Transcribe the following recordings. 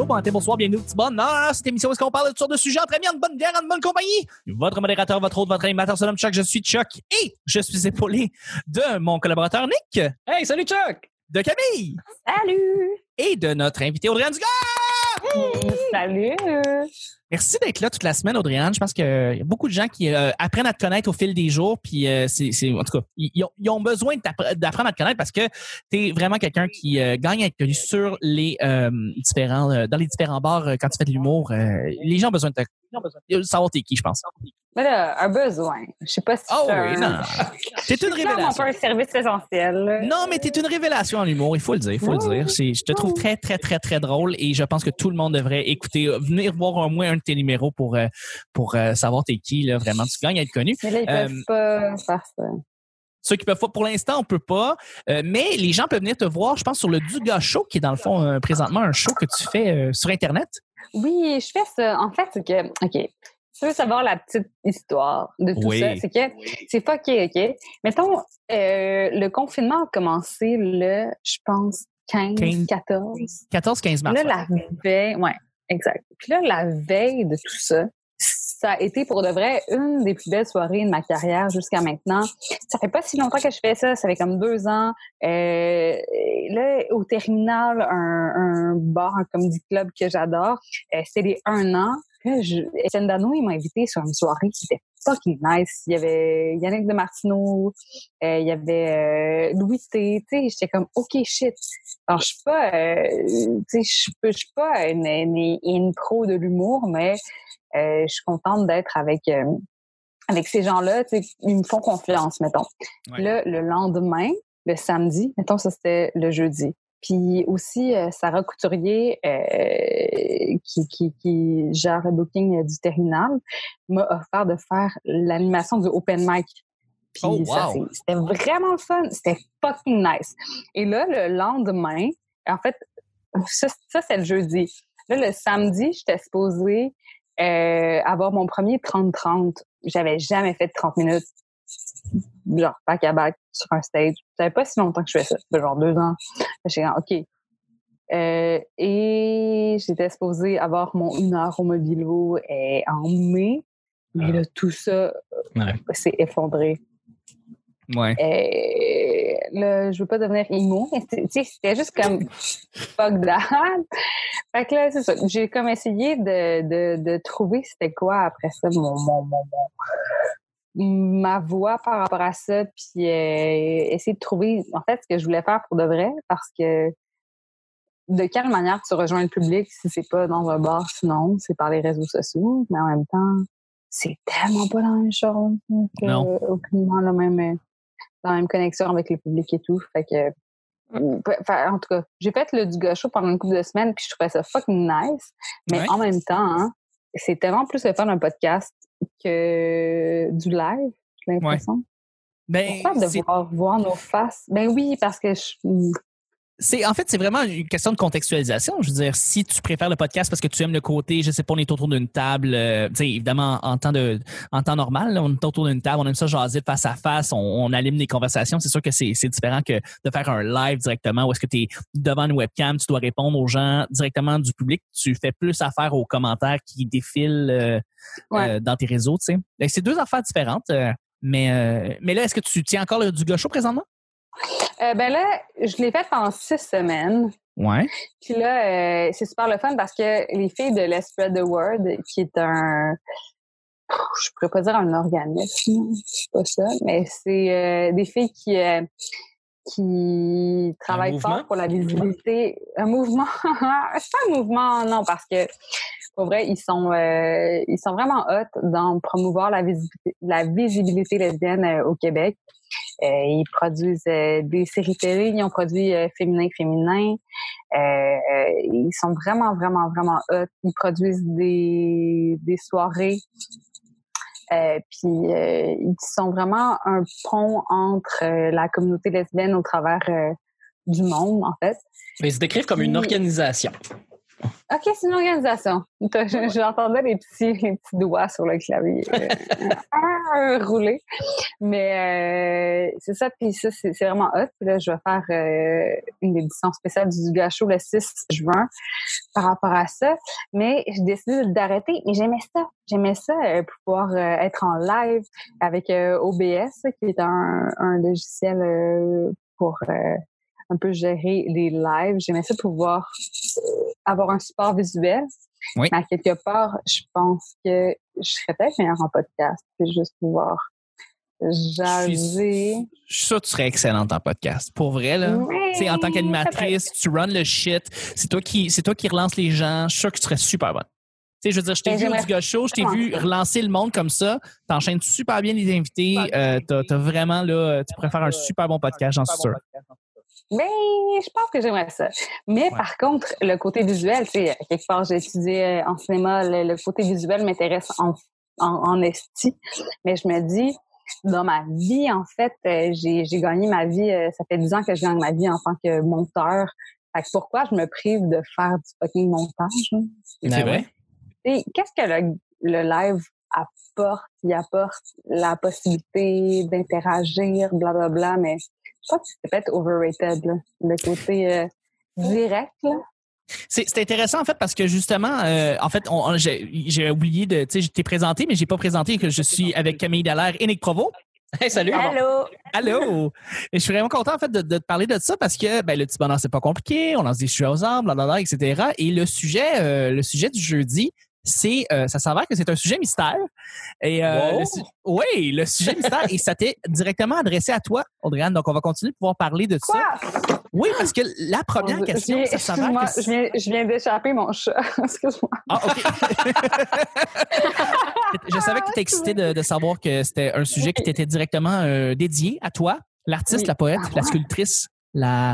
bon matin, bonsoir, bienvenue au petit bonheur. Cette émission où est-ce qu'on parle de toutes sortes de sujets entre amis, en bonne bière, en bonne compagnie. Votre modérateur, votre hôte, votre animateur se nomme Chuck, je suis Chuck et je suis épaulé de mon collaborateur Nick. Hey, salut Chuck! De Camille. Salut! Et de notre invité Audrey Dugas. Salut! Merci d'être là toute la semaine, Audrey-Anne. Je pense qu'il y a beaucoup de gens qui apprennent à te connaître au fil des jours. Puis, en tout cas, ils ont besoin d'apprendre à te connaître parce que tu es vraiment quelqu'un qui gagne à être connu sur les dans les différents bars quand tu fais de l'humour. Les gens ont besoin de savoir t'es qui, je pense. Mais là, un besoin. Je sais pas si Oh oui, non. T'es une révélation. C'est pas un service essentiel. Non, mais t'es une révélation en humour, il faut le dire, Je te trouve très, très, très, très drôle et je pense que tout le monde devrait écouter, venir voir au moins un de tes numéros pour savoir t'es qui, là, vraiment. Tu gagnes à être connu. Mais là, ils peuvent pas faire ça. Ceux qui peuvent pas, pour l'instant, on peut pas, mais les gens peuvent venir te voir, je pense, sur le Dugas Show, qui est dans le fond, présentement, un show que tu fais sur Internet. Oui, je fais ça. En fait, c'est que, OK, tu veux savoir la petite histoire de tout ça, c'est que c'est fucké, OK? Mettons, le confinement a commencé je pense, 14-15 mars. Là, la veille, ouais, exact. Puis là, la veille de tout ça, ça a été pour de vrai une des plus belles soirées de ma carrière jusqu'à maintenant. Ça fait pas si longtemps que je fais ça, ça fait comme 2 ans. Là, au Terminal, un bar, un comedy club que j'adore, c'est les 1 an. Étienne Dano, il m'a invité sur une soirée qui était fucking nice. Il y avait Yannick de Martineau, il y avait Louis T. Tu sais, j'étais comme OK shit. Alors, je suis pas, tu sais, je suis pas une pro de l'humour, mais je suis contente d'être avec ces gens-là. Tu sais, ils me font confiance, mettons. Ouais. Là, le lendemain, le samedi, mettons, ça c'était le jeudi. Puis aussi, Sarah Couturier, qui gère le booking du Terminal, m'a offert de faire l'animation du open mic. Puis c'était vraiment le fun. C'était fucking nice. Et là, le lendemain, en fait, ça c'est le jeudi. Là, le samedi, j'étais supposée avoir mon premier 30-30. J'avais jamais fait de 30 minutes. Genre back à back sur un stage. Ça fait pas si longtemps que je fais ça. Ça fait genre 2 ans. J'ai dit, OK. Et j'étais supposée avoir mon 1 heure au Mobilo en mai. Mais là, tout ça s'est effondré. Ouais. Là, je veux pas devenir emo, mais c'était juste comme fuck that. Fait que là, c'est ça. J'ai comme essayé de trouver c'était quoi après ça ma voix par rapport à ça, puis essayer de trouver en fait ce que je voulais faire pour de vrai, parce que de quelle manière tu rejoins le public si c'est pas dans un bar, sinon c'est par les réseaux sociaux, mais en même temps c'est tellement pas la même chose. Non. Aucunement la même connexion avec le public et tout. Fait que en tout cas, j'ai fait le Dugas Show pendant une couple de semaines, puis je trouvais ça fucking nice, mais en même temps, hein, c'est tellement plus le fun d'un podcast que du live, j'ai l'impression. Ouais. Ben, c'est de voir nos faces. Ben oui, parce que En fait, c'est vraiment une question de contextualisation. Je veux dire, si tu préfères le podcast parce que tu aimes le côté, je sais pas, on est autour d'une table, tu sais, évidemment, en temps normal, là, on est autour d'une table, on aime ça jaser face à face, on anime des conversations. C'est sûr que c'est différent que de faire un live directement où est-ce que tu es devant une webcam, tu dois répondre aux gens directement du public. Tu fais plus affaire aux commentaires qui défilent dans tes réseaux, tu sais. Donc, c'est 2 affaires différentes. Mais là, est-ce que tu tiens encore le Dugas Show présentement? Ben là, je l'ai fait pendant 6 semaines. Ouais. Puis là, c'est super le fun parce que les filles de Let's Spread the Word, qui est je pourrais pas dire un organisme, c'est pas ça, mais c'est des filles qui travaillent fort pour la visibilité. Un mouvement. C'est pas un mouvement, non, parce que pour vrai, ils sont vraiment hot dans promouvoir la visibilité lesbienne au Québec. Ils produisent des séries télé, ils ont produit Féminin. Ils sont vraiment, vraiment, vraiment hot. Ils produisent des soirées. Puis ils sont vraiment un pont entre la communauté lesbienne au travers du monde, en fait. Mais ils se décrivent comme une organisation. OK, c'est une organisation. J'entendais les petits doigts sur le clavier rouler. Mais c'est ça, puis ça, c'est vraiment hot. Puis là, je vais faire une édition spéciale du Gâchot le 6 juin par rapport à ça. Mais j'ai décidé d'arrêter. Mais j'aimais ça. J'aimais ça, pouvoir être en live avec OBS, qui est un logiciel pour un peu gérer les lives. J'aimais ça pouvoir avoir un support visuel. Oui. Mais à quelque part, je pense que je serais peut-être meilleure en podcast. C'est juste pouvoir jaser. Je suis sûr que tu serais excellente en podcast. Pour vrai, là. Oui, en tant qu'animatrice, tu runs le shit. C'est toi qui relance les gens. Je suis sûr que tu serais super bonne. Je veux dire, je t'ai vu au Diga Show, je t'ai vu relancer le monde comme ça. T'enchaînes super bien les invités. T'as vraiment, là, tu pourrais faire un super bon podcast, j'en suis sûr. Mais je pense que j'aimerais ça. Mais par contre, le côté visuel, tu sais, quelque part, j'ai étudié en cinéma, le côté visuel m'intéresse en esti. Mais je me dis, dans ma vie, en fait, j'ai gagné ma vie, ça fait 10 ans que je gagne ma vie en tant que monteur. Fait que pourquoi je me prive de faire du fucking montage? Hein? C'est vrai. Et qu'est-ce que le live apporte? Il apporte la possibilité d'interagir, blablabla, mais je pense que c'est peut-être overrated, là, le côté direct. Là. C'est intéressant, en fait, parce que justement, en fait, j'ai oublié de, tu sais, je t'ai présenté, mais j'ai pas présenté que je suis avec Camille Dallaire et Nick Provo. Hey, salut! Allô! Allô! Et je suis vraiment content, en fait, de te parler de ça parce que, le petit bonheur, c'est pas compliqué, on lance des sujets aux arbres, blablabla, etc. Et le sujet du jeudi, ça s'avère que c'est un sujet mystère. Et oui, le sujet mystère, et ça t'est directement adressé à toi, Audrey-Anne. Donc, on va continuer de pouvoir parler de ça. Oui, parce que la première question, ça s'avère que... Je viens d'échapper mon chat. Excuse-moi. Ah, OK. Je savais que tu étais excitée de savoir que c'était un sujet qui t'était directement dédié à toi, l'artiste, la poète, la sculptrice, la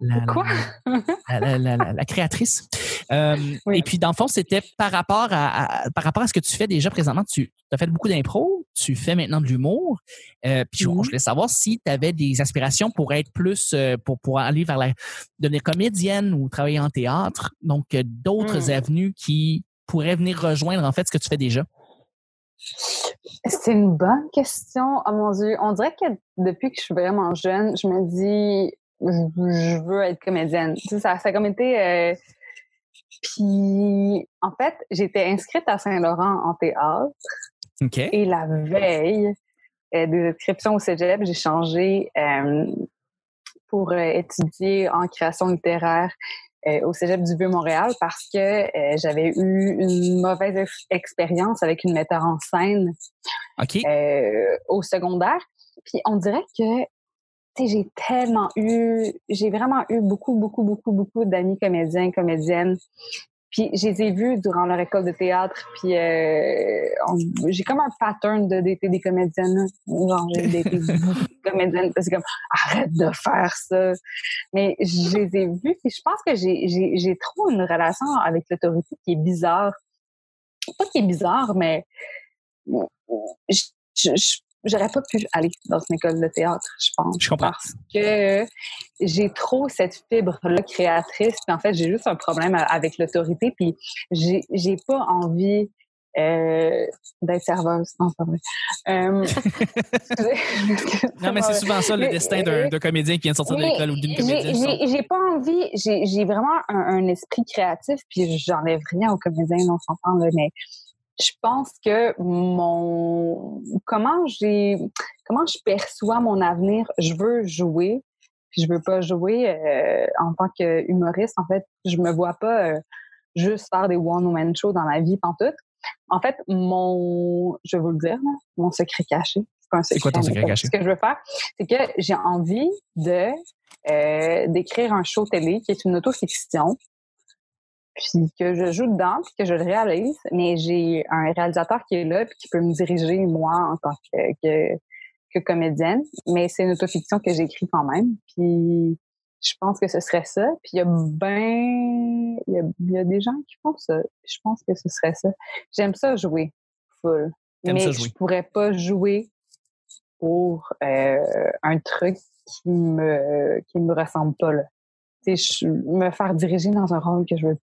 créatrice. Et puis, dans le fond, c'était par rapport à ce que tu fais déjà présentement. Tu as fait beaucoup d'impro, tu fais maintenant de l'humour. Puis, je voulais savoir si tu avais des aspirations pour être plus, pour aller vers devenir comédienne ou travailler en théâtre. Donc, d'autres avenues qui pourraient venir rejoindre, en fait, ce que tu fais déjà. C'est une bonne question. Oh mon Dieu. On dirait que depuis que je suis vraiment jeune, je me dis, je veux être comédienne. Tu sais, ça a comme été... Puis, en fait, j'étais inscrite à Saint-Laurent en théâtre. OK. Et la veille des inscriptions au cégep, j'ai changé pour étudier en création littéraire au cégep du Vieux-Montréal parce que j'avais eu une mauvaise expérience avec une metteur en scène au secondaire. Puis, on dirait que j'ai vraiment eu beaucoup d'amis comédiens, comédiennes. Puis, je les ai vus durant leur école de théâtre. Puis, j'ai comme un pattern de dater des comédiennes. Genre, j'ai daté beaucoup de comédiennes. C'est comme, arrête de faire ça. Mais je les ai vus. Puis, je pense que j'ai trop une relation avec l'autorité qui est bizarre. Pas qui est bizarre, mais j'aurais pas pu aller dans une école de théâtre, je pense. Je comprends. Parce que j'ai trop cette fibre-là créatrice. Puis en fait, j'ai juste un problème avec l'autorité. Puis j'ai pas envie d'être serveuse. Non, c'est pas vrai. Non, mais c'est souvent ça, le destin d'un comédien qui vient de sortir de l'école ou d'une comédienne. J'ai pas envie. J'ai vraiment un esprit créatif. Puis j'enlève rien aux comédiens, on s'entend, là, mais je pense que comment je perçois mon avenir, je veux jouer, puis je veux pas jouer en tant qu'humoriste. En fait, je me vois pas juste faire des one-woman shows dans ma vie pantoute. En fait, je vais vous le dire, là, mon secret caché. C'est quoi ton secret caché? Ce que je veux faire, c'est que j'ai envie d'écrire un show télé qui est une autofiction, puis que je joue dedans, puis que je le réalise, mais j'ai un réalisateur qui est là, puis qui peut me diriger, moi, en tant que comédienne, mais c'est une autofiction que j'écris quand même, puis je pense que ce serait ça, puis il y a des gens qui font ça, je pense que ce serait ça. J'aime ça jouer, full, mais je pourrais pas jouer pour un truc qui me ressemble pas, là. Tu sais, me faire diriger dans un rôle que je veux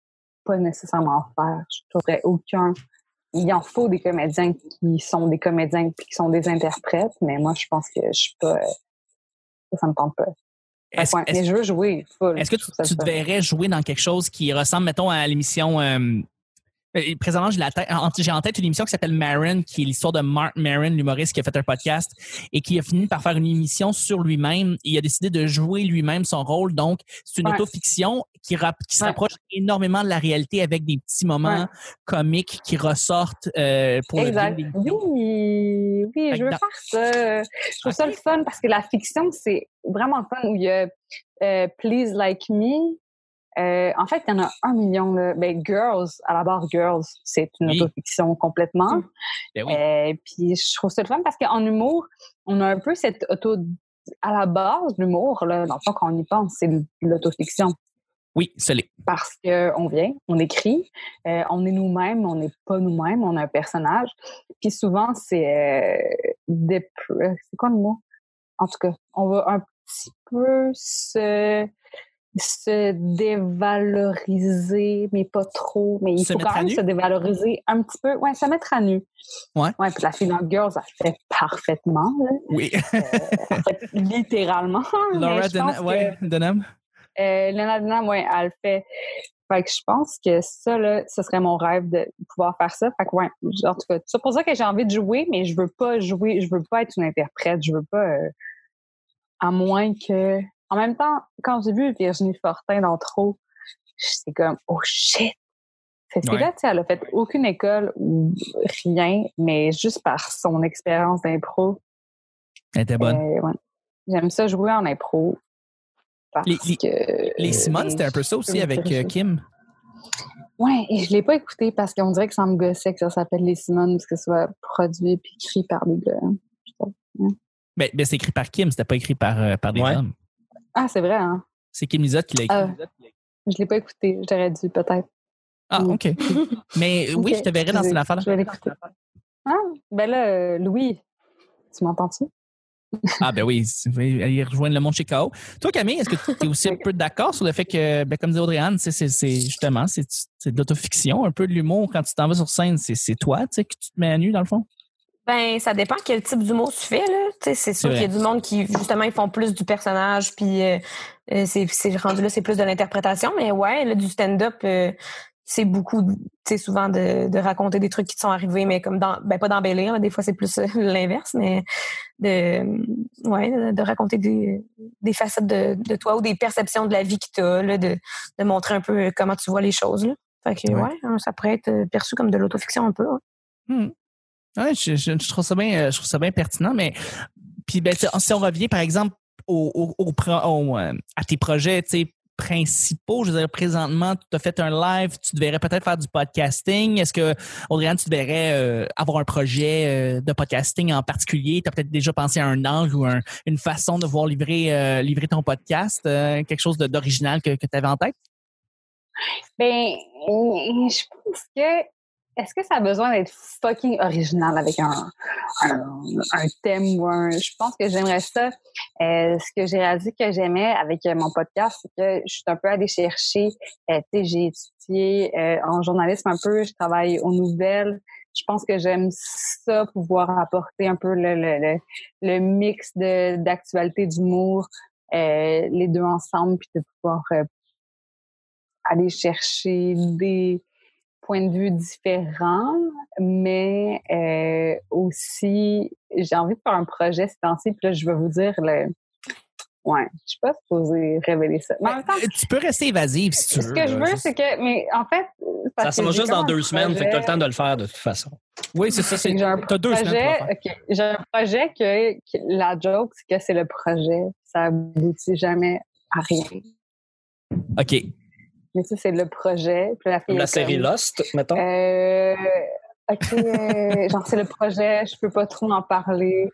pas nécessairement faire. Je trouverais aucun... Il en faut des comédiens qui sont des comédiens puis qui sont des interprètes, mais moi, je pense que je suis pas... ça me tente pas. Mais je veux jouer full. Est-ce que tu te verrais jouer dans quelque chose qui ressemble, mettons, à l'émission... présentement, j'ai en tête une émission qui s'appelle Maron, qui est l'histoire de Mark Maron, l'humoriste qui a fait un podcast et qui a fini par faire une émission sur lui-même. Il a décidé de jouer lui-même son rôle. Donc, c'est une autofiction qui se rapproche énormément de la réalité avec des petits moments comiques qui ressortent pour le bien des Oui, je veux faire ça. Je trouve ça le fun parce que la fiction, c'est vraiment le fun où il y a Please Like Me. En fait, il y en a 1 million. Là. Girls, à la base, Girls, c'est une autofiction complètement. Ben oui. Puis je trouve ça le fun parce qu'en humour, on a un peu cette à la base, l'humour, là, dans le fond, quand on y pense, c'est l'autofiction. Oui, c'est l'est. Parce qu'on vient, on écrit, on est nous-mêmes, on n'est pas nous-mêmes, on a un personnage. Puis souvent, c'est quoi le mot? En tout cas, on va un petit peu se dévaloriser, mais pas trop. Mais il faut quand même se dévaloriser un petit peu. Ouais, se mettre à nu. Ouais. Ouais, puis la fille dans Girls, elle fait parfaitement. Là. Oui. En fait, littéralement. Laura Dunham. Lena Dunham, ouais, elle fait. Fait que je pense que ça, là, ce serait mon rêve de pouvoir faire ça. Fait que, ouais, en tout cas, c'est pour ça que j'ai envie de jouer, mais je veux pas jouer, je veux pas être une interprète, je veux pas, à moins que... En même temps, quand j'ai vu Virginie Fortin dans Trop, j'étais comme, oh shit! Cette fille-là, tu sais, elle a fait aucune école ou rien, mais juste par son expérience d'impro. Elle était bonne. Ouais. J'aime ça jouer en impro. Les Simone, c'était un peu ça aussi avec Kim. Ouais, et je l'ai pas écouté parce qu'on dirait que ça me gossait que ça s'appelle Les Simone, parce que ce soit produit et écrit par des gars. Ben, c'est écrit par Kim, c'était pas écrit par des hommes. Ah, c'est vrai, hein? C'est Kim Lizotte qui l'a écrit. Je l'ai pas écouté, j'aurais dû peut-être. Ah, OK. Mais oui, je te verrais dans cette affaire-là. Je vais l'écouter. Ah, ben là, Louis, tu m'entends-tu? Ah, ben oui, aller rejoindre le monde chez K.O. Toi, Camille, est-ce que tu es aussi un peu d'accord sur le fait que, ben, comme dit Audrey-Anne, c'est justement, c'est de l'autofiction, un peu de l'humour. Quand tu t'en vas sur scène, c'est toi, tu sais, que tu te mets à nu, dans le fond? Ben, ça dépend quel type d'humour tu fais, là. Tu sais, c'est sûr qu'il y a du monde qui, justement, ils font plus du personnage, puis c'est rendu là, c'est plus de l'interprétation. Mais ouais, là, du stand-up, c'est beaucoup, tu sais, souvent de raconter des trucs qui te sont arrivés, mais comme pas d'embellir, là, des fois c'est plus l'inverse, mais de raconter des facettes de toi ou des perceptions de la vie que tu as, là, de montrer un peu comment tu vois les choses, là. Fait que ça pourrait être perçu comme de l'autofiction un peu. Hein. Ouais, je trouve ça bien pertinent, mais puis ben, si on revient par exemple à tes projets, tu sais, principaux, je veux dire, présentement, tu as fait un live, tu devrais peut-être faire du podcasting. Est-ce que, Audrey-Anne, tu devrais avoir un projet de podcasting en particulier? Tu as peut-être déjà pensé à un angle ou une façon de voir livrer ton podcast, quelque chose d'original que tu avais en tête? Ben, je pense que est-ce que ça a besoin d'être fucking original avec un thème ou je pense que j'aimerais ça. Ce que j'ai réalisé que j'aimais avec mon podcast, c'est que je suis un peu allée chercher, tu sais, j'ai étudié en journalisme un peu, je travaille aux nouvelles. Je pense que j'aime ça, pouvoir apporter un peu le mix d'actualité, d'humour, les deux ensemble, puis de pouvoir aller chercher des points de vue différents, mais aussi, j'ai envie de faire un projet ces temps-ci, puis là, je vais vous dire ouais, je suis pas supposée révéler ça. Mais en même temps, tu peux rester évasive si tu veux. Ce que je veux, c'est que, mais en fait... Ça s'en va juste dans 2 semaines, fait que t'as le temps de le faire de toute façon. Oui, c'est ça. T'as 2 semaines pour le faire. J'ai un projet que la joke, c'est que c'est le projet. Ça aboutit jamais à rien. OK. Mais ça, c'est le projet. Puis la série Lost, mettons. OK, genre, c'est le projet, je peux pas trop en parler.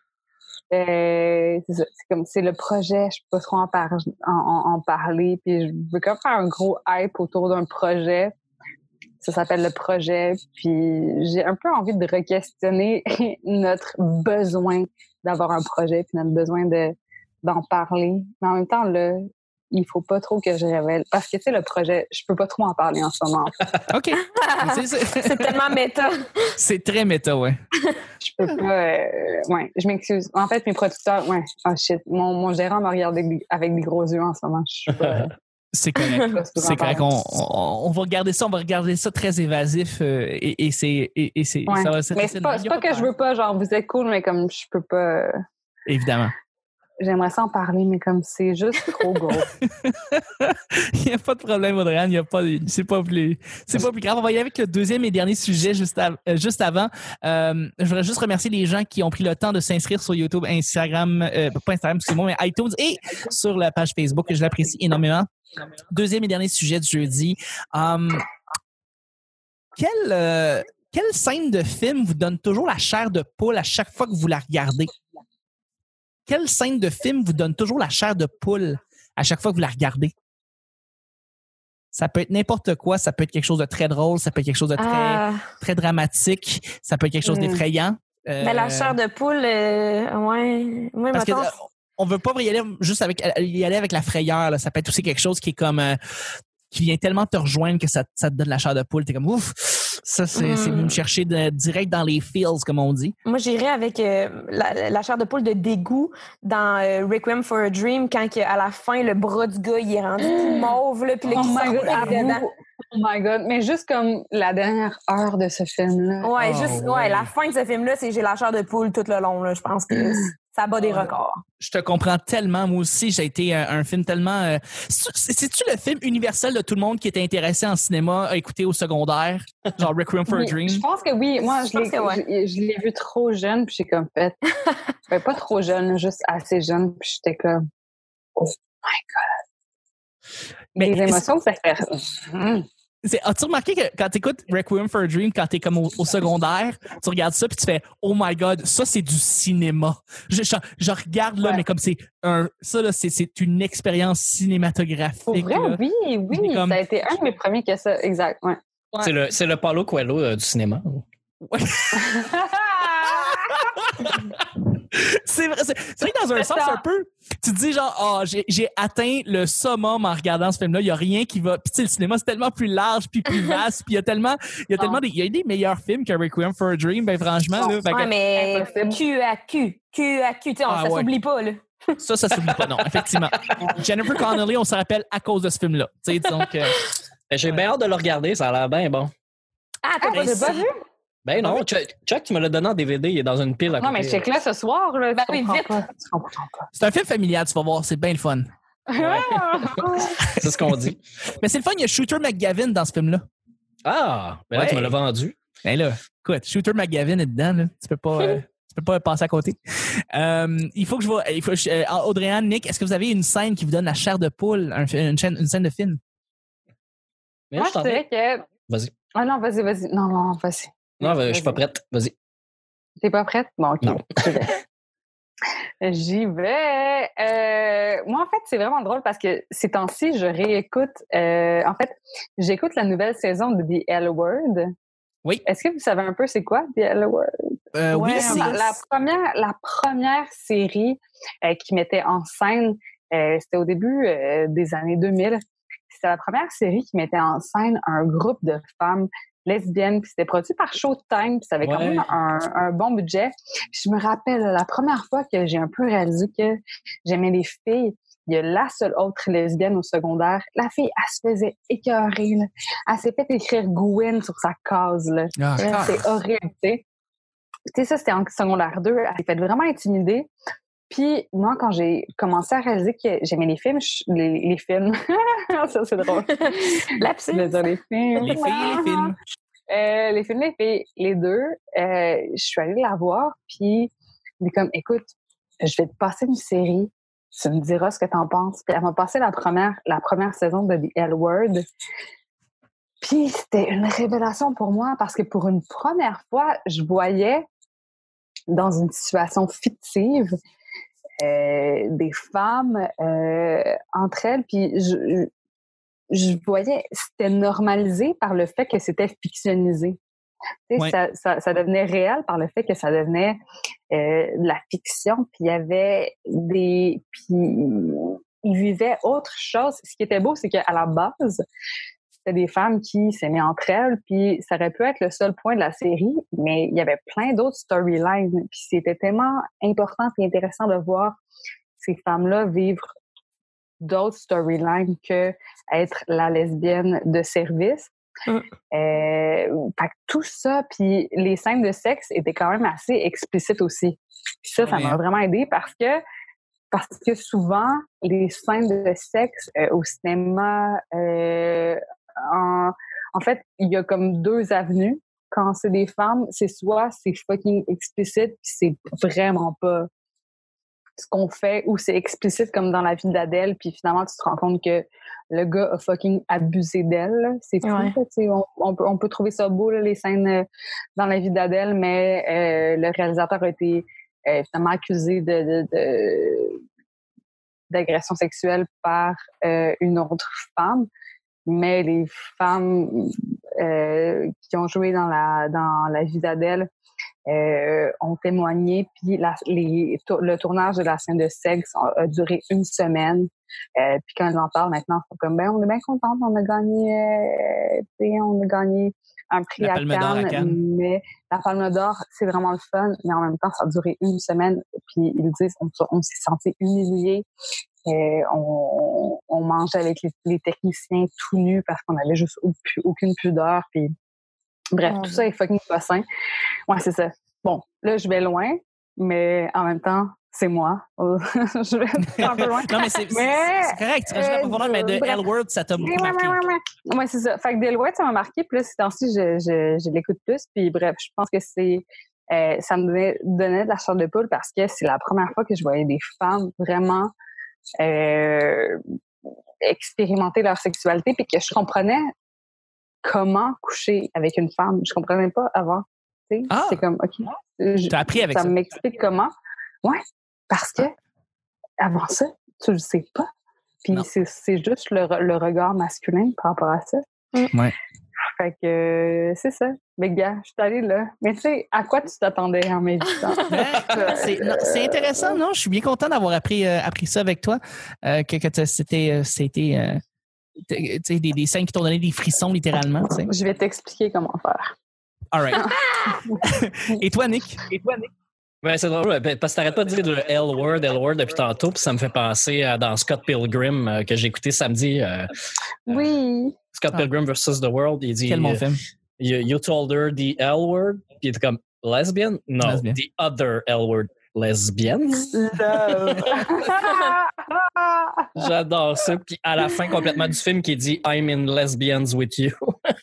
C'est ça, c'est le projet, je peux pas trop en parler. Puis je veux quand même faire un gros hype autour d'un projet. Ça s'appelle le projet. Puis j'ai un peu envie de re-questionner notre besoin d'avoir un projet, puis notre besoin d'en parler. Mais en même temps, là, il faut pas trop que je révèle. Parce que, tu sais, le projet, je peux pas trop en parler en ce moment. OK. C'est tellement méta. C'est très méta, ouais. Je peux pas... ouais, je m'excuse. En fait, mes producteurs... Ouais, oh shit. Mon gérant m'a regardé avec des gros yeux en ce moment. Je suis pas... C'est correct. C'est correct. On va regarder ça. On va regarder ça très évasif et c'est ouais. ça va. Mais c'est pas que je veux pas, genre, vous êtes cool, mais comme je peux pas... Évidemment. J'aimerais ça en parler, mais comme c'est juste trop gros. Il n'y a pas de problème, Audrey-Anne. C'est pas plus grave. On va y aller avec le deuxième et dernier sujet juste avant. Je voudrais juste remercier les gens qui ont pris le temps de s'inscrire sur YouTube, Instagram, pas Instagram, excusez-moi, mais iTunes et sur la page Facebook. Je l'apprécie énormément. Deuxième et dernier sujet du jeudi. Quelle scène de film vous donne toujours la chair de poule à chaque fois que vous la regardez? Quelle scène de film vous donne toujours la chair de poule à chaque fois que vous la regardez? Ça peut être n'importe quoi. Ça peut être quelque chose de très drôle. Ça peut être quelque chose de très dramatique. Ça peut être quelque chose d'effrayant. Ben, la chair de poule, ouais. Moi, parce qu'on veut pas y aller avec la frayeur. Là. Ça peut être aussi quelque chose qui est comme... qui vient tellement te rejoindre que ça te donne la chair de poule. T'es comme ouf! Ça, c'est me chercher direct dans les feels, comme on dit. Moi, j'irais avec la chair de poule de dégoût dans Requiem for a Dream, quand à la fin, le bras du gars, il est rendu tout mauve, là, puis là, il sort dedans. Oh my God! Mais juste comme la dernière heure de ce film-là. Ouais, la fin de ce film-là, c'est j'ai la chair de poule tout le long, là. Je pense que ça bat des records. Je te comprends tellement. Moi aussi, j'ai été un film tellement... C'est-tu le film universel de tout le monde qui était intéressé en cinéma à écouter au secondaire? Genre Requiem for a Dream? Je pense que oui. Moi, je l'ai vu trop jeune, puis j'ai comme fait... pas trop jeune, juste assez jeune, puis j'étais comme... Oh my God! Mais les émotions que ça fait... As-tu remarqué que quand tu écoutes Requiem for a Dream, quand tu es comme au secondaire, tu regardes ça puis tu fais « Oh my God, ça, c'est du cinéma. » Je regarde là, mais comme c'est une expérience cinématographique. Pour vrai, là. Oui. Ça a été un de mes premiers que ça. Exact, ouais. C'est le Paulo Coelho du cinéma. Ouais. C'est vrai que dans un sens un peu, tu te dis genre, j'ai atteint le summum en regardant ce film-là. Il n'y a rien qui va. Puis tu sais, le cinéma, c'est tellement plus large puis plus vaste. Puis il y a tellement des meilleurs films que Requiem for a Dream, ben franchement. Là, mais QAQ, ça s'oublie pas, là. Ça s'oublie pas, non, effectivement. Jennifer Connelly, on se rappelle à cause de ce film-là. Tu sais, donc. J'ai bien hâte de le regarder, ça a l'air bien bon. T'as pas vu? Ben non, Chuck, tu me l'as donné en DVD, il est dans une pile à côté. Non, mais check là ce soir, là. Ben oui, vite. Tu comprends pas. C'est un film familial, tu vas voir, c'est bien le fun. Ouais. C'est ce qu'on dit. Mais c'est le fun, il y a Shooter McGavin dans ce film-là. Ah, mais là, tu me l'as vendu. Ben là, écoute, Shooter McGavin est dedans, là. Tu peux pas passer à côté. Il faut que Audrey-Anne, Nick, est-ce que vous avez une scène qui vous donne la chair de poule, une scène de film? Moi, je dirais que... Vas-y. Ah non, vas-y. Non, vas-y. Non, je suis pas prête. Vas-y. T'es pas prête? Bon, OK. Non. J'y vais. Moi, en fait, c'est vraiment drôle parce que ces temps-ci, je réécoute... en fait, j'écoute la nouvelle saison de The L Word. Oui. Est-ce que vous savez un peu c'est quoi, The L Word? Oui, c'est la première série qui mettait en scène, c'était au début des années 2000, c'était la première série qui mettait en scène un groupe de femmes lesbiennes, puis c'était produit par Showtime, puis ça avait quand même un bon budget. Puis je me rappelle, la première fois que j'ai un peu réalisé que j'aimais les filles, il y a la seule autre lesbienne au secondaire. La fille, elle se faisait écœurer, là. Elle s'est fait écrire Gwen sur sa case, là. C'est horrible, tu sais. Tu sais, ça, c'était en secondaire 2. Elle s'est fait vraiment intimider. Puis, moi, quand j'ai commencé à réaliser que j'aimais les films, les films. Ça, c'est drôle. Lapsus. Les films. Les filles et les films. Les films, les filles, les deux. Je suis allée la voir, puis elle est comme, écoute, je vais te passer une série. Tu me diras ce que t'en penses. Puis elle m'a passé la première saison de The L Word. Puis c'était une révélation pour moi parce que pour une première fois, je voyais dans une situation fictive des femmes entre elles. Puis je voyais, c'était normalisé par le fait que c'était fictionnisé. Tu sais, ça devenait réel par le fait que ça devenait de la fiction. Puis il y avait ils vivaient autre chose. Ce qui était beau, c'est qu'à la base, c'était des femmes qui s'aimaient entre elles, puis ça aurait pu être le seul point de la série, mais il y avait plein d'autres storylines, puis c'était tellement important et intéressant de voir ces femmes-là vivre d'autres storylines que être la lesbienne de service. Fait que tout ça, puis les scènes de sexe étaient quand même assez explicites aussi. Puis ça m'a vraiment aidé parce que souvent, les scènes de sexe au cinéma, en fait, il y a comme deux avenues. Quand c'est des femmes, c'est soit c'est fucking explicite, puis c'est vraiment pas ce qu'on fait, ou c'est explicite comme dans La vie d'Adèle, puis finalement, tu te rends compte que le gars a fucking abusé d'elle. C'est fou, on peut trouver ça beau, là, les scènes dans La vie d'Adèle, mais le réalisateur a été finalement accusé d'agression sexuelle par une autre femme. Mais les femmes qui ont joué dans la vie d'Adèle ont témoigné, puis le tournage de la scène de sexe a duré 1 semaine. Puis quand ils en parlent maintenant, c'est comme on est bien contente, on a gagné un prix à Cannes, mais la Palme d'Or, c'est vraiment le fun, mais en même temps, ça a duré 1 semaine. Puis ils disent, on s'est senti humiliés. On mangeait avec les techniciens tout nus parce qu'on avait juste aucune pudeur. Puis bref, tout ça est fucking pas sain. Ouais, c'est ça. Bon, là, je vais loin, mais en même temps, c'est moi. Je vais un peu loin. Non, mais c'est correct. Tu rajoutes la profondeur, mais de L-Word, ça t'a beaucoup marqué. Ouais, c'est ça. Fait que de L-Word, ça m'a marqué. Puis là, ces temps-ci, je l'écoute plus. Puis bref, je pense que ça me donnait de la chair de poule parce que c'est la première fois que je voyais des femmes vraiment expérimenter leur sexualité, puis que je comprenais comment coucher avec une femme. Je comprenais pas avant. C'est comme, OK. T'as appris avec ça. Ça m'explique comment. Ouais, parce que avant ça, tu le sais pas. Puis c'est juste le regard masculin par rapport à ça. Ouais. Fait que c'est ça. Mais gars, je suis allée là. Mais tu sais, à quoi tu t'attendais en méditant? C'est intéressant, non? Je suis bien content d'avoir appris ça avec toi. Que c'était des scènes qui t'ont donné des frissons, littéralement. T'sais. Je vais t'expliquer comment faire. All right. Et toi, Nick? Ben, c'est drôle, parce que t'arrêtes pas de dire le L-word depuis tantôt, puis ça me fait penser dans Scott Pilgrim que j'ai écouté samedi. Oui. Scott Pilgrim vs. The World, il dit... Quel bon film. You told her the L-word, puis il était comme, lesbian? No, lesbian. The other L-word. Lesbienne? Love. J'adore ça. Puis à la fin complètement du film qui dit I'm in lesbians with you.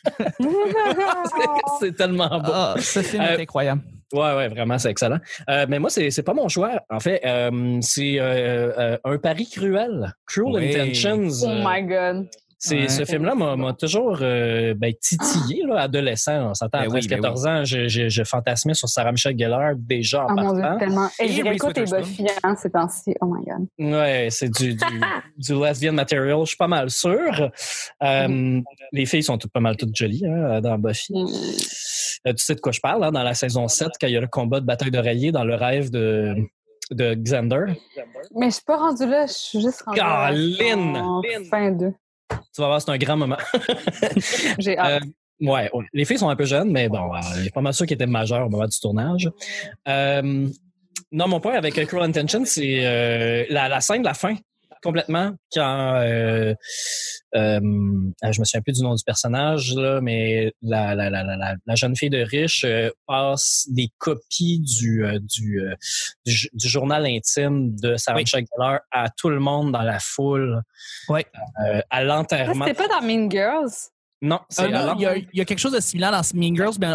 c'est tellement beau. Ce film est incroyable. Ouais, vraiment, c'est excellent. Mais moi, c'est pas mon choix. En fait, c'est un pari cruel. Cruel Intentions. Oh my God. Ce film-là m'a toujours titillé, là, adolescent. On s'entend à 13-14 ans, je fantasmais sur Sarah Michelle Gellar déjà en partant. Mon Dieu, tellement. Et je réécoute les Buffy ces temps-ci. Oh my God. Ouais, c'est du lesbian material, je suis pas mal sûr. Les filles sont pas mal toutes jolies dans Buffy. Tu sais de quoi je parle, dans la saison 7, quand il y a le combat de bataille d'oreiller dans le rêve de Xander. Mais je suis pas rendue là, je suis juste rendue en fin 2. Tu vas voir, c'est un grand moment. J'ai hâte. Ouais. Les filles sont un peu jeunes, mais bon, il y a pas mal ceux qui étaient majeurs au moment du tournage. Non, mon point avec Cruel Intentions, c'est la scène de la fin, complètement, quand je me souviens plus du nom du personnage, là, mais la jeune fille de riche passe des copies du journal intime de Sarah Michelle Gellar à tout le monde dans la foule. Oui. Ça, À l'enterrement. c'était pas dans Mean Girls? Non, il y a quelque chose de similaire dans Mean Girls, mais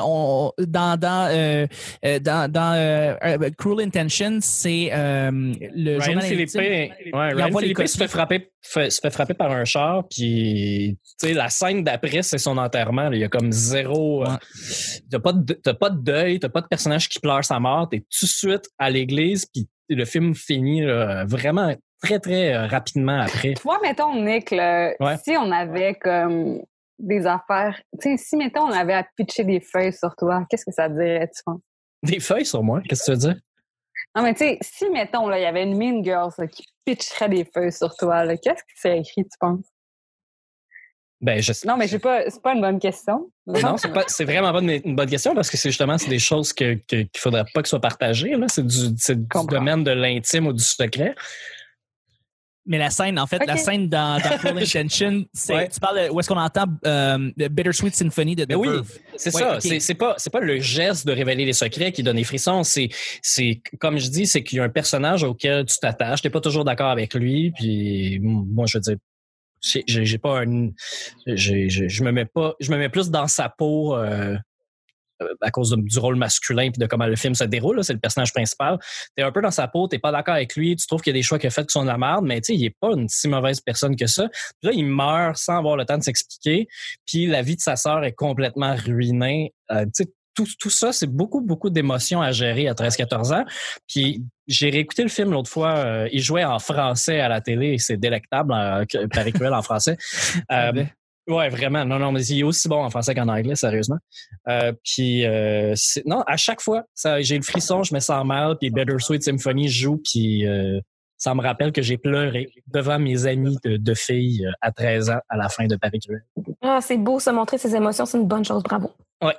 dans Cruel Intentions, c'est le Ryan journal Philippe, intime. Ryan Philippe se fait frapper par un char, puis tu sais la scène d'après c'est son enterrement. Là, il y a comme zéro. T'as pas de deuil, t'as pas de personnage qui pleure sa mort. T'es tout de suite à l'église, puis le film finit là, vraiment très très rapidement après. Toi, mettons Nick, là, si on avait comme des affaires. Tu sais, si, mettons, on avait à pitcher des feuilles sur toi, qu'est-ce que ça dirait, tu penses? Des feuilles sur moi? Qu'est-ce que tu veux dire? Non, mais tu sais, si, mettons, il y avait une Mean Girl qui pitcherait des feuilles sur toi, là, qu'est-ce qui serait écrit, tu penses? Ben, Non, mais c'est pas une bonne question. Non, c'est vraiment pas une bonne question parce que c'est des choses qu'il faudrait pas que soient partagées. Là. C'est du domaine de l'intime ou du secret. Mais la scène, en fait, la scène dans Cruel Intention, tu parles où est-ce qu'on entend Bittersweet Symphony de The Verve. C'est ça. Okay. C'est pas le geste de révéler les secrets qui donne les frissons. C'est comme je dis, c'est qu'il y a un personnage auquel tu t'attaches. T'es pas toujours d'accord avec lui. Puis moi, je veux dire, j'ai pas je me mets plus dans sa peau à cause du rôle masculin puis de comment le film se déroule, là, c'est le personnage principal. T'es un peu dans sa peau, t'es pas d'accord avec lui, tu trouves qu'il y a des choix qu'il a fait qui sont de la merde, mais tu sais, il est pas une si mauvaise personne que ça. Puis là, il meurt sans avoir le temps de s'expliquer, puis la vie de sa sœur est complètement ruinée. Tu sais, tout ça, c'est beaucoup d'émotions à gérer à 13-14 ans. Puis j'ai réécouté le film l'autre fois. Il jouait en français à la télé et c'est délectable, Paris Cruel en français. Ouais, vraiment. Non, mais il est aussi bon en français qu'en anglais, sérieusement. Non, à chaque fois, j'ai le frisson, je me sens mal, puis Bittersweet Symphony joue, puis ça me rappelle que j'ai pleuré devant mes amis de filles à 13 ans à la fin de Paris Cruel. Ah, c'est beau, se montrer ses émotions, c'est une bonne chose, bravo. Ouais.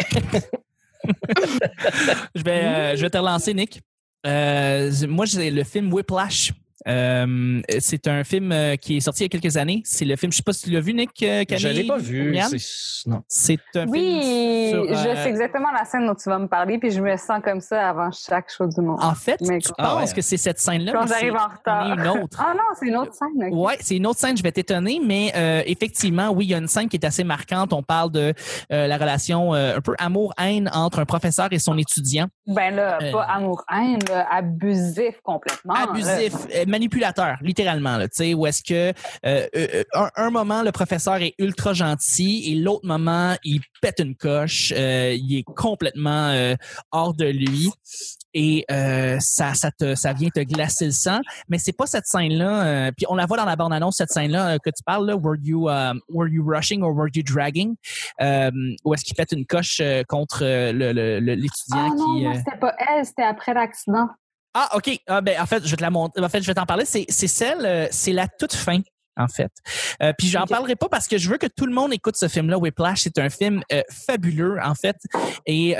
Je vais te relancer, Nick. Moi, j'ai le film Whiplash. C'est un film qui est sorti il y a quelques années. C'est le film, je sais pas si tu l'as vu, Nick, Camille. Je l'ai pas vu. Non. C'est un film sur, je sais exactement la scène dont tu vas me parler, puis je me sens comme ça avant chaque show du monde. En fait, tu penses que c'est cette scène-là. Quand j'arrive en retard. Une autre. Ah non, c'est une autre scène. Okay. Ouais, c'est une autre scène. Je vais t'étonner, mais effectivement, oui, il y a une scène qui est assez marquante. On parle de la relation un peu amour-haine entre un professeur et son étudiant. Ben là, pas amour-haine, abusif complètement. Abusif, manipulateur, littéralement. Tu sais, où est-ce que un moment le professeur est ultra gentil et l'autre moment il pète une coche, il est complètement hors de lui. Et ça vient te glacer le sang, mais c'est pas cette scène-là. Puis on la voit dans la bande-annonce, cette scène-là que tu parles là, were you rushing or were you dragging, où est-ce qu'il pète une coche contre l'étudiant qui. Non, c'était pas elle, c'était après l'accident. Ah, ok. Ben en fait, je vais te la montrer. En fait, je vais t'en parler. C'est la toute fin. En fait. Puis j'en parlerai pas parce que je veux que tout le monde écoute ce film-là, Whiplash. C'est un film fabuleux, en fait. Et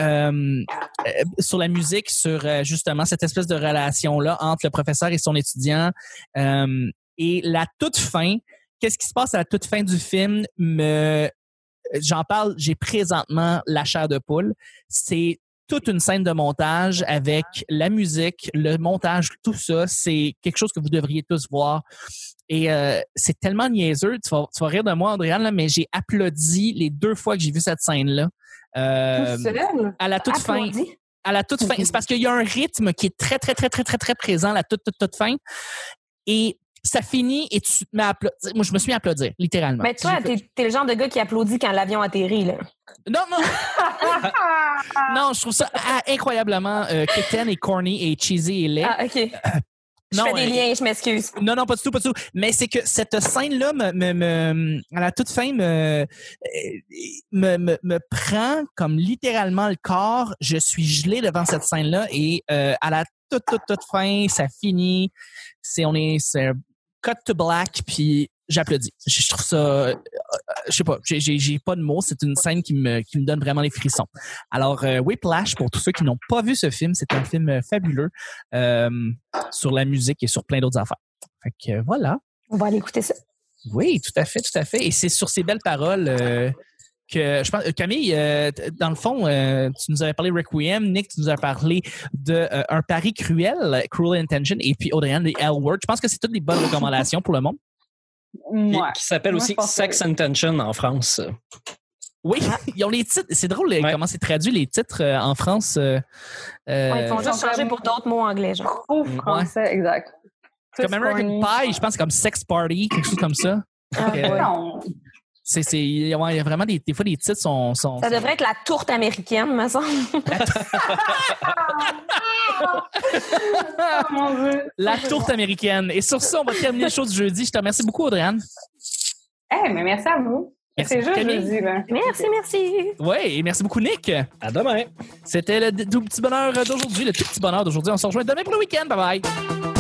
sur la musique, sur justement cette espèce de relation-là entre le professeur et son étudiant. Et la toute fin, qu'est-ce qui se passe à la toute fin du film? J'en parle, j'ai présentement la chair de poule. C'est toute une scène de montage avec la musique, le montage, tout ça. C'est quelque chose que vous devriez tous voir. Et c'est tellement niaiseux. Tu vas rire de moi, Andréane, là, mais j'ai applaudi les 2 fois que j'ai vu cette scène-là. À la toute fin. À la toute fin. C'est parce qu'il y a un rythme qui est très, très, très, très, très, très présent à la toute fin. Et ça finit et tu te mets à applaudir. Moi, je me suis mis à applaudir, littéralement. Mais toi, t'es le genre de gars qui applaudit quand l'avion atterrit, là. Non. Non, je trouve ça incroyablement quétaine et corny et cheesy et laid. Ah, OK. Je fais des liens, je m'excuse. Non, pas du tout. Mais c'est que cette scène-là, à la toute fin, me prend comme littéralement le corps. Je suis gelé devant cette scène-là et à la toute fin, ça finit. C'est cut to black, puis j'applaudis. Je trouve ça, je sais pas, j'ai pas de mots. C'est une scène qui me donne vraiment les frissons. Alors, Whiplash, pour tous ceux qui n'ont pas vu ce film, c'est un film fabuleux sur la musique et sur plein d'autres affaires. Fait que voilà. On va aller écouter ça. Oui, tout à fait. Et c'est sur ces belles paroles que je pense, Camille, dans le fond, tu nous avais parlé de Requiem, Nick, tu nous as parlé de Un pari cruel, Cruel Intention, et puis Audrey-Anne, The L Word. Je pense que c'est toutes des bonnes recommandations pour le monde. Qui s'appelle aussi Sex Intention en France. Oui, ils ont les titres. C'est drôle comment c'est traduit les titres en France. Ils font juste changer pour d'autres mots anglais, genre. Français, exact. Comme American Pie, je pense que c'est comme Sex Party, quelque chose comme ça. Il y a vraiment des fois les titres sont ça devrait être la tourte américaine, me semble. Oh, mon Dieu. La tourte américaine. Et sur ça, on va terminer le show du jeudi. Je te remercie beaucoup, Audrey-Anne. Mais merci à vous. Merci, C'est juste Camille. jeudi, là. Merci. Oui, et merci beaucoup, Nick. À demain. C'était le tout petit bonheur d'aujourd'hui, le tout petit bonheur d'aujourd'hui. On se rejoint demain pour le week-end. Bye bye.